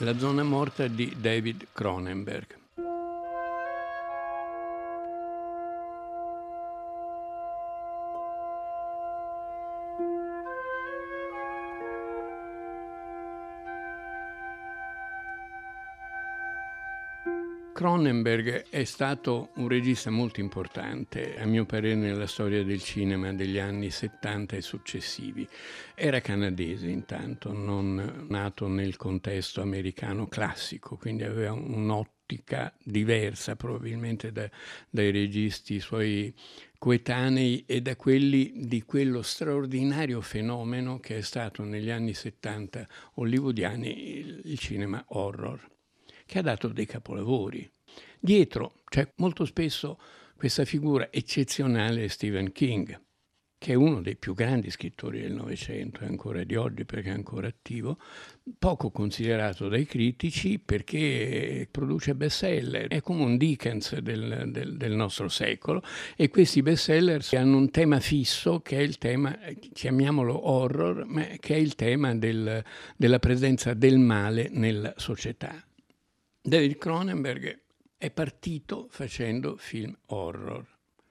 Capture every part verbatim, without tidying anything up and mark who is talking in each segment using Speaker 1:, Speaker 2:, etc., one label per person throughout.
Speaker 1: La zona morta di David Cronenberg. Cronenberg è stato un regista molto importante, a mio parere, nella storia del cinema degli anni settanta e successivi. Era canadese intanto, non nato nel contesto americano classico, quindi aveva un'ottica diversa probabilmente da, dai registi suoi coetanei e da quelli di quello straordinario fenomeno che è stato negli anni settanta hollywoodiani il, il cinema horror, che ha dato dei capolavori. Dietro c'è molto spesso questa figura eccezionale Stephen King, che è uno dei più grandi scrittori del Novecento e ancora di oggi perché è ancora attivo, poco considerato dai critici perché produce bestseller, è come un Dickens del, del, del nostro secolo, e questi bestseller hanno un tema fisso che è il tema, chiamiamolo horror, ma che è il tema del, della presenza del male nella società. David Cronenberg è partito facendo film horror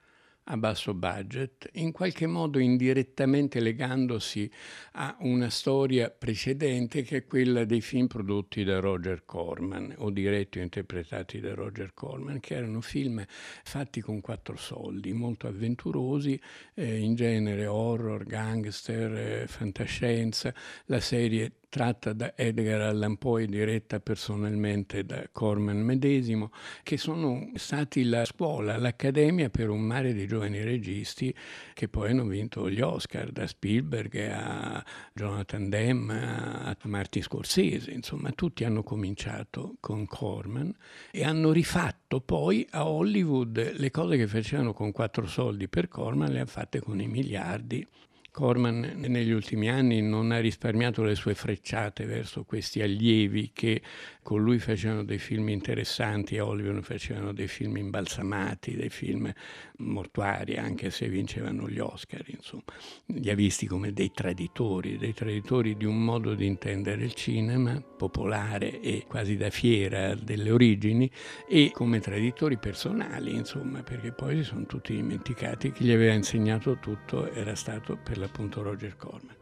Speaker 1: a basso budget, in qualche modo indirettamente legandosi a una storia precedente che è quella dei film prodotti da Roger Corman o diretti o interpretati da Roger Corman, che erano film fatti con quattro soldi, molto avventurosi, eh, in genere horror, gangster, eh, fantascienza. La serie tratta da Edgar Allan Poe, diretta personalmente da Corman medesimo, che sono stati la scuola, l'accademia per un mare di giovani registi che poi hanno vinto gli Oscar, da Spielberg a Jonathan Demme a Martin Scorsese. Insomma, tutti hanno cominciato con Corman e hanno rifatto poi a Hollywood le cose che facevano con quattro soldi per Corman, le ha fatte con i miliardi. Corman negli ultimi anni non ha risparmiato le sue frecciate verso questi allievi che con lui facevano dei film interessanti, a Hollywood facevano dei film imbalsamati, dei film mortuari, anche se vincevano gli Oscar, insomma. Li ha visti come dei traditori, dei traditori di un modo di intendere il cinema popolare e quasi da fiera delle origini, e come traditori personali, insomma, perché poi si sono tutti dimenticati che gli aveva insegnato tutto era stato per l'appunto Roger Corman.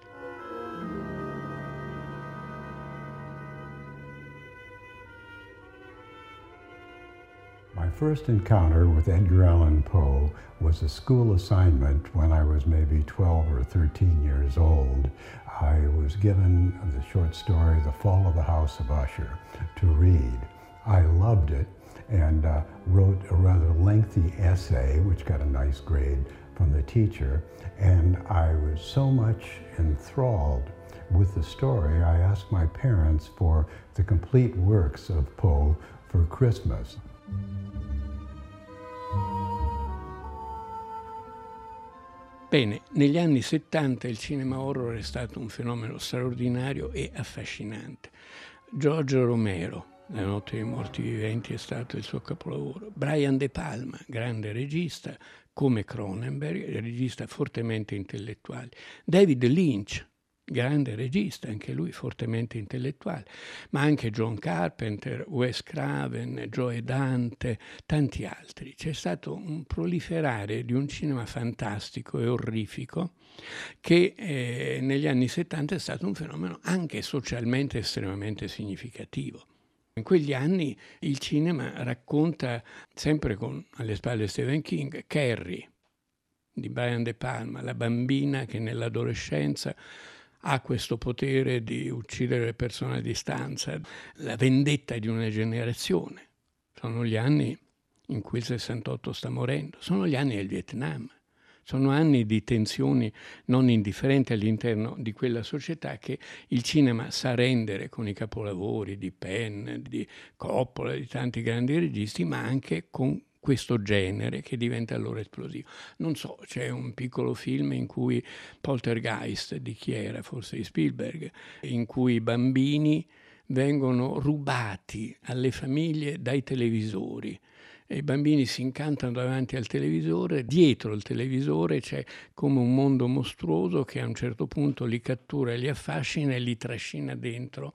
Speaker 2: My first encounter with Edgar Allan Poe was a school assignment when I was maybe twelve or thirteen years old. I was given the short story The Fall of the House of Usher to read. I loved it and uh, wrote a rather lengthy essay, which got a nice grade from the teacher, and I was so much enthralled with the story, I asked my parents for the complete works of Poe for Christmas.
Speaker 1: Bene, negli anni settanta il cinema horror è stato un fenomeno straordinario e affascinante. Giorgio Romero, La notte dei morti viventi, è stato il suo capolavoro. Brian De Palma, grande regista, come Cronenberg, regista fortemente intellettuale. David Lynch, grande regista, anche lui fortemente intellettuale, ma anche John Carpenter, Wes Craven, Joe Dante, tanti altri. C'è stato un proliferare di un cinema fantastico e orrifico che eh, negli anni settanta è stato un fenomeno anche socialmente estremamente significativo. In quegli anni il cinema racconta, sempre con alle spalle Stephen King, Carrie di Brian De Palma, la bambina che nell'adolescenza ha questo potere di uccidere le persone a distanza, la vendetta di una generazione. Sono gli anni in cui il sessantotto sta morendo, sono gli anni del Vietnam, sono anni di tensioni non indifferenti all'interno di quella società che il cinema sa rendere con i capolavori di Penn, di Coppola, di tanti grandi registi, ma anche con questo genere che diventa allora esplosivo. Non so, c'è un piccolo film in cui Poltergeist, di chi era? Forse di Spielberg, in cui i bambini vengono rubati alle famiglie dai televisori. E i bambini si incantano davanti al televisore, dietro il televisore c'è come un mondo mostruoso che a un certo punto li cattura, li affascina e li trascina dentro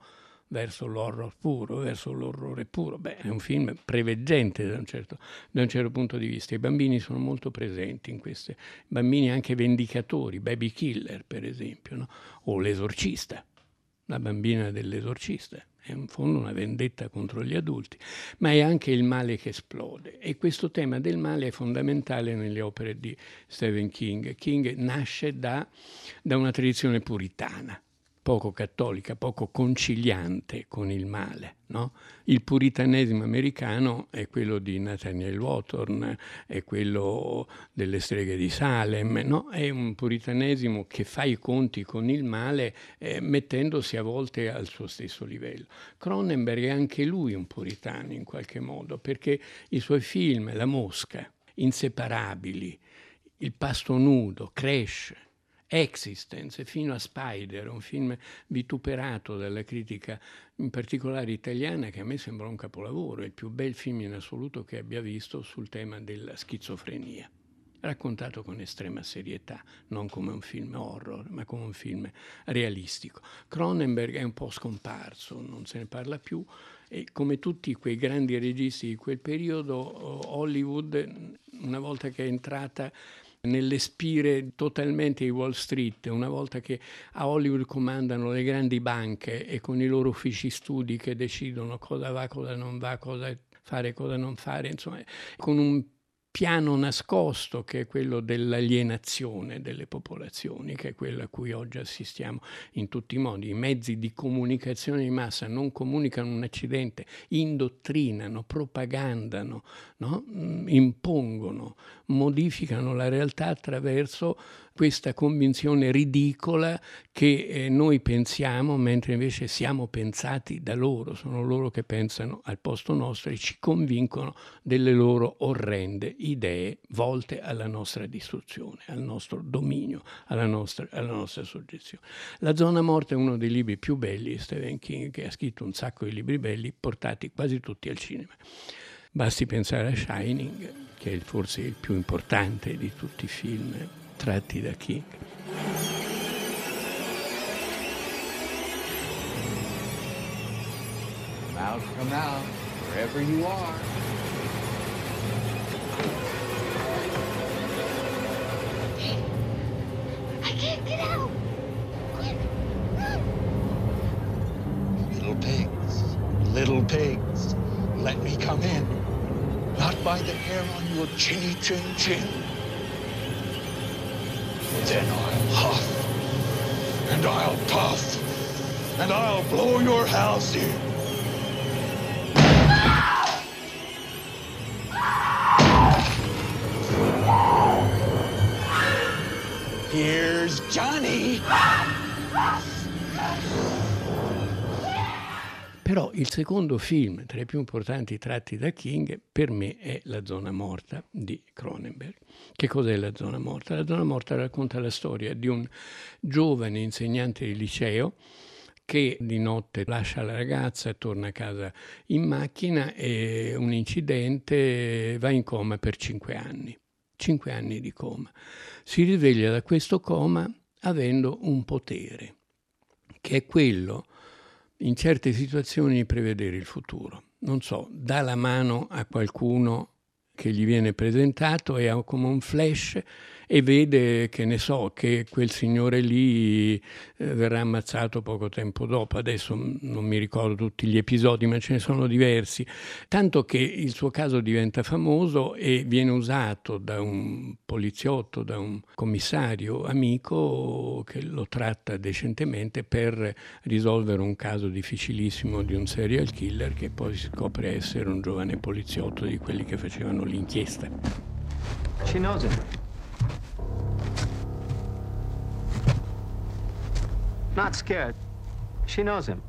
Speaker 1: verso l'horror puro, verso l'orrore puro. Beh, è un film preveggente da un certo, da un certo punto di vista. I bambini sono molto presenti in queste, bambini anche vendicatori, Baby Killer per esempio, no? O L'esorcista, la bambina dell'esorcista. È in fondo una vendetta contro gli adulti, ma è anche il male che esplode. E questo tema del male è fondamentale nelle opere di Stephen King. King nasce da, da una tradizione puritana, poco cattolica, poco conciliante con il male, no? Il puritanesimo americano è quello di Nathaniel Hawthorne, è quello delle streghe di Salem, no? È un puritanesimo che fa i conti con il male eh, mettendosi a volte al suo stesso livello. Cronenberg è anche lui un puritano in qualche modo, perché i suoi film, La Mosca, Inseparabili, Il pasto nudo, Crash, Existence, fino a Spider, un film vituperato dalla critica in particolare italiana, che a me sembra un capolavoro, il più bel film in assoluto che abbia visto sul tema della schizofrenia, raccontato con estrema serietà, non come un film horror, ma come un film realistico. Cronenberg è un po' scomparso, non se ne parla più, e come tutti quei grandi registi di quel periodo, Hollywood, una volta che è entrata nelle spire totalmente di Wall Street, una volta che a Hollywood comandano le grandi banche e con i loro uffici studi che decidono cosa va, cosa non va, cosa fare, cosa non fare, insomma, con un piano nascosto che è quello dell'alienazione delle popolazioni, che è quello a cui oggi assistiamo in tutti i modi. I mezzi di comunicazione di massa non comunicano un accidente, indottrinano, propagandano, no? Impongono, modificano la realtà attraverso questa convinzione ridicola che eh, noi pensiamo, mentre invece siamo pensati da loro, sono loro che pensano al posto nostro e ci convincono delle loro orrende idee volte alla nostra distruzione, al nostro dominio, alla nostra, alla nostra soggezione. La zona morta è uno dei libri più belli di Stephen King, che ha scritto un sacco di libri belli, portati quasi tutti al cinema. Basti pensare a Shining, che è forse il più importante di tutti i film tratti da King.
Speaker 3: Come out, come out, wherever you are.
Speaker 4: I can't get out! Quick, run!
Speaker 3: Little pigs, little pigs, let me come in. Not by the hair on your chinny chin chin. Then I'll huff, and I'll puff, and I'll blow your house in. Here's Johnny.
Speaker 1: Però il secondo film tra i più importanti tratti da King per me è La zona morta di Cronenberg. Che cos'è La zona morta? La zona morta racconta la storia di un giovane insegnante di liceo che di notte lascia la ragazza, torna a casa in macchina e un incidente, va in coma per cinque anni. Cinque anni di coma. Si risveglia da questo coma avendo un potere, che è quello in certe situazioni di prevedere il futuro. Non so, dà la mano a qualcuno che gli viene presentato e ha come un flash e vede, che ne so, che quel signore lì eh, verrà ammazzato poco tempo dopo. Adesso non mi ricordo tutti gli episodi, ma ce ne sono diversi. Tanto che il suo caso diventa famoso e viene usato da un poliziotto, da un commissario amico che lo tratta decentemente per risolvere un caso difficilissimo di un serial killer che poi si scopre essere un giovane poliziotto di quelli che facevano l'inchiesta.
Speaker 5: She knows him. Not scared. She knows him.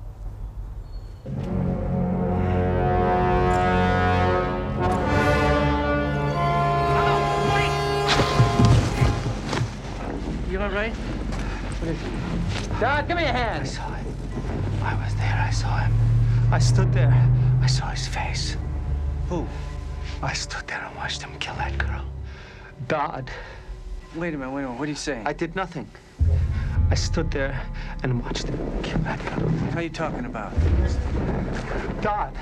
Speaker 5: You all right? What is it? Dad, give me a hand. I saw it. I was there. I saw him. I stood there. I saw his face. Who? I stood there and watched him kill that girl. God. Wait a minute, wait a minute. What are you saying? I did nothing. I stood there and watched him. Get back up.
Speaker 6: What are you talking about?
Speaker 5: God.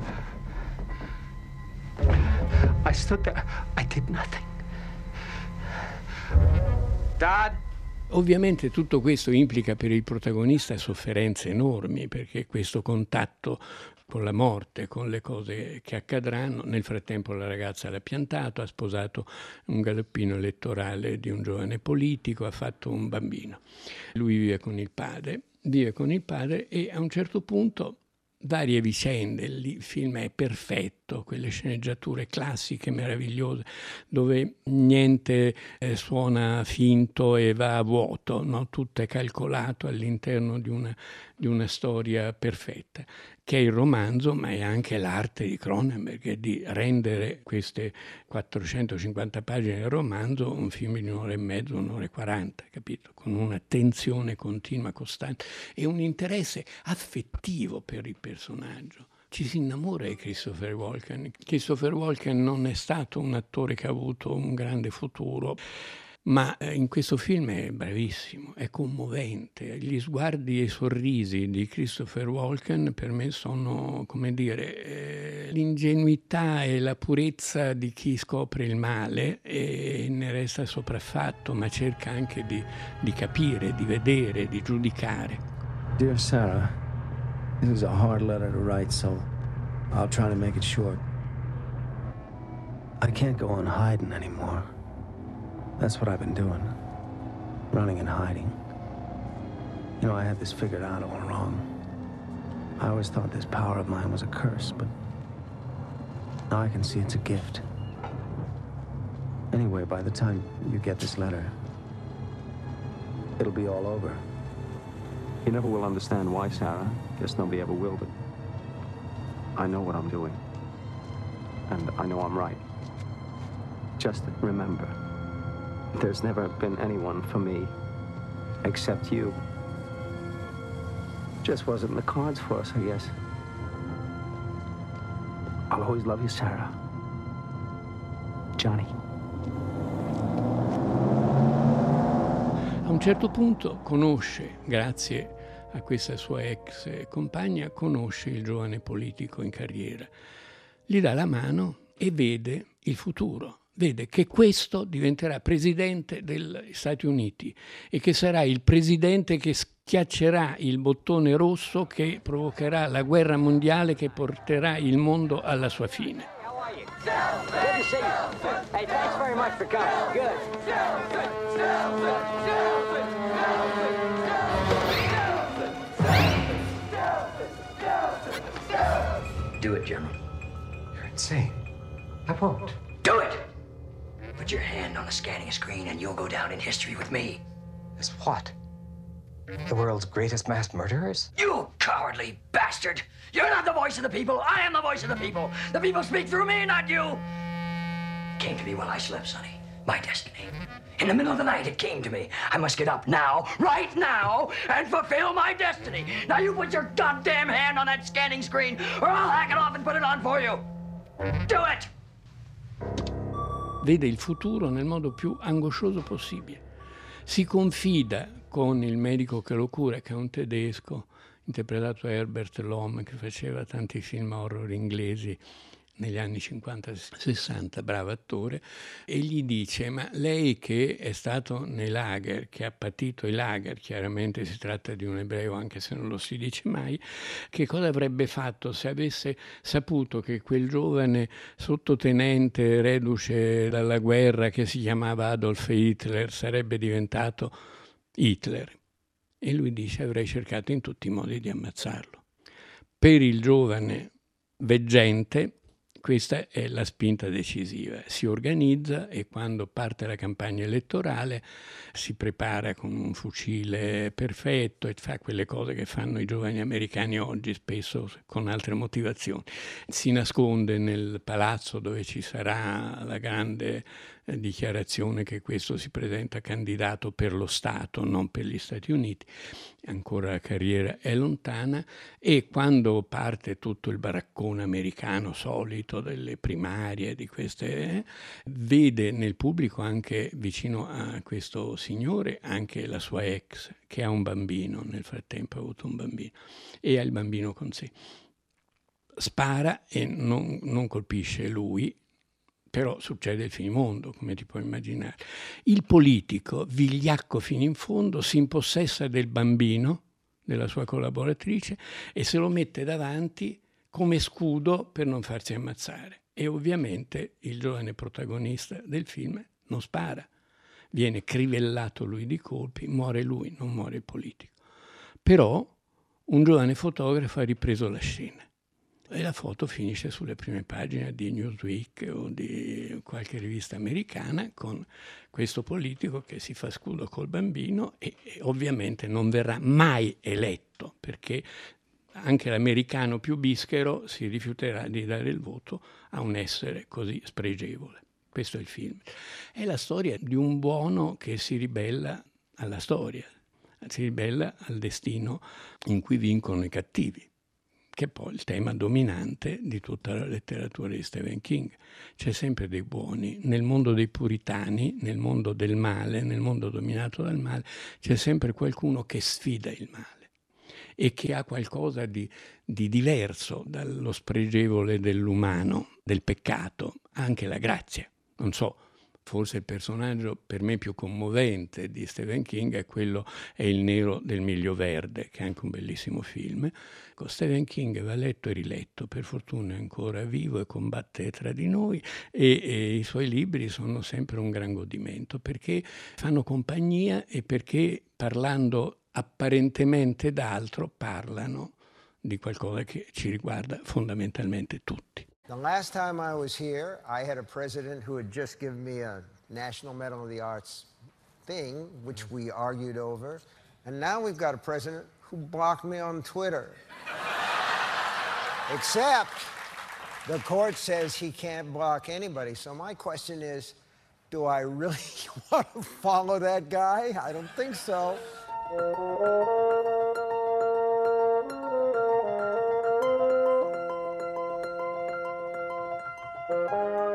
Speaker 5: I stood there. I did nothing.
Speaker 6: Dad?
Speaker 1: Ovviamente tutto questo implica per il protagonista sofferenze enormi, perché questo contatto con la morte, con le cose che accadranno. Nel frattempo la ragazza l'ha piantato, ha sposato un galoppino elettorale di un giovane politico, ha fatto un bambino. Lui vive con il padre, vive con il padre e a un certo punto varie vicende, il film è perfetto, quelle sceneggiature classiche, meravigliose, dove niente eh, suona finto e va a vuoto, no? Tutto è calcolato all'interno di una, di una storia perfetta, che è il romanzo, ma è anche l'arte di Cronenberg, di rendere queste quattrocentocinquanta pagine del romanzo un film di un'ora e mezzo, un'ora e quaranta, capito? Con una tensione continua, costante e un interesse affettivo per il personaggio. Ci si innamora di Christopher Walken. Christopher Walken non è stato un attore che ha avuto un grande futuro, ma in questo film è bravissimo, è commovente. Gli sguardi e i sorrisi di Christopher Walken per me sono, come dire, eh, l'ingenuità e la purezza di chi scopre il male e ne resta sopraffatto, ma cerca anche di, di capire, di vedere, di giudicare.
Speaker 7: Dear Sarah, this is a hard letter to write, so I'll try to make it short. I can't go on hiding anymore. That's what I've been doing, running and hiding. You know, I had this figured out all wrong. I always thought this power of mine was a curse, but now I can see it's a gift. Anyway, by the time you get this letter, it'll be all over.
Speaker 8: You never will understand why, Sarah. Guess nobody ever will, but I know what I'm doing. And I know I'm right. Just remember, there's never been anyone for me except you. Just wasn't in the cards for us, I guess. I'll always love you, Sarah. Johnny.
Speaker 1: A un certo punto conosce, grazie a questa sua ex compagna, conosce il giovane politico in carriera. Gli dà la mano e vede il futuro. Vede che questo diventerà presidente degli Stati Uniti e che sarà il presidente che schiaccerà il bottone rosso che provocherà la guerra mondiale che porterà il mondo alla sua fine.
Speaker 9: Good to see you. Hey, thanks very much for coming. Good.
Speaker 10: Do it, General.
Speaker 11: You're insane. I won't.
Speaker 10: Do it! Put your hand on the scanning screen and you'll go down in history with me.
Speaker 11: As what? The world's greatest mass murderers?
Speaker 10: You cowardly bastard! You're not the voice of the people. I am the voice of the people. The people speak through me, not you. It came to me while I slept, Sonny. My destiny. In the middle of the night, it came to me. I must get up now, right now, and fulfill my destiny. Now you put your goddamn hand on that scanning screen, or I'll hack it off and put it on for you. Do it!
Speaker 1: Vede il futuro nel modo più angoscioso possibile. Si confida con il medico che lo cura, che è un tedesco, interpretato da Herbert Lom, che faceva tanti film horror inglesi negli anni cinquanta sessanta, bravo attore, e gli dice: ma lei che è stato nei lager, che ha patito i lager, chiaramente si tratta di un ebreo anche se non lo si dice mai, che cosa avrebbe fatto se avesse saputo che quel giovane sottotenente reduce dalla guerra che si chiamava Adolf Hitler sarebbe diventato Hitler? E lui dice: avrei cercato in tutti i modi di ammazzarlo. Per il giovane veggente questa è la spinta decisiva. Si organizza e quando parte la campagna elettorale si prepara con un fucile perfetto e fa quelle cose che fanno i giovani americani oggi, spesso con altre motivazioni. Si nasconde nel palazzo dove ci sarà la grande eh, dichiarazione che questo si presenta candidato per lo Stato, non per gli Stati Uniti. Ancora la carriera è lontana, e quando parte tutto il baraccone americano solito delle primarie, di queste, eh, vede nel pubblico, anche vicino a questo signore, anche la sua ex, che ha un bambino, nel frattempo ha avuto un bambino, e ha il bambino con sé. Spara e non, non colpisce lui, però succede il finimondo, come ti puoi immaginare. Il politico, vigliacco fino in fondo, si impossessa del bambino, della sua collaboratrice, e se lo mette davanti come scudo per non farsi ammazzare. E ovviamente il giovane protagonista del film non spara. Viene crivellato lui di colpi, muore lui, non muore il politico. Però un giovane fotografo ha ripreso la scena e la foto finisce sulle prime pagine di Newsweek o di qualche rivista americana, con questo politico che si fa scudo col bambino e, e ovviamente non verrà mai eletto, perché anche l'americano più bischero si rifiuterà di dare il voto a un essere così spregevole. Questo è il film. È la storia di un buono che si ribella alla storia, si ribella al destino in cui vincono i cattivi, che è poi il tema dominante di tutta la letteratura di Stephen King. C'è sempre dei buoni. Nel mondo dei puritani, nel mondo del male, nel mondo dominato dal male, c'è sempre qualcuno che sfida il male e che ha qualcosa di, di diverso dallo spregevole dell'umano, del peccato, anche la grazia. Non so, forse il personaggio per me più commovente di Stephen King è quello, è il nero del Miglio Verde, che è anche un bellissimo film. Stephen King va letto e riletto, per fortuna è ancora vivo e combatte tra di noi, e, e i suoi libri sono sempre un gran godimento, perché fanno compagnia e perché, parlando apparentemente d'altro, parlano di qualcosa che ci riguarda fondamentalmente tutti.
Speaker 12: The last time I was here, I had a president who had just given me a National Medal of the Arts thing, which we argued over. And now we've got a president who blocked me on Twitter. Except the court says he can't block anybody. So my question is, do I really want to follow that guy? I don't think so. Thank you.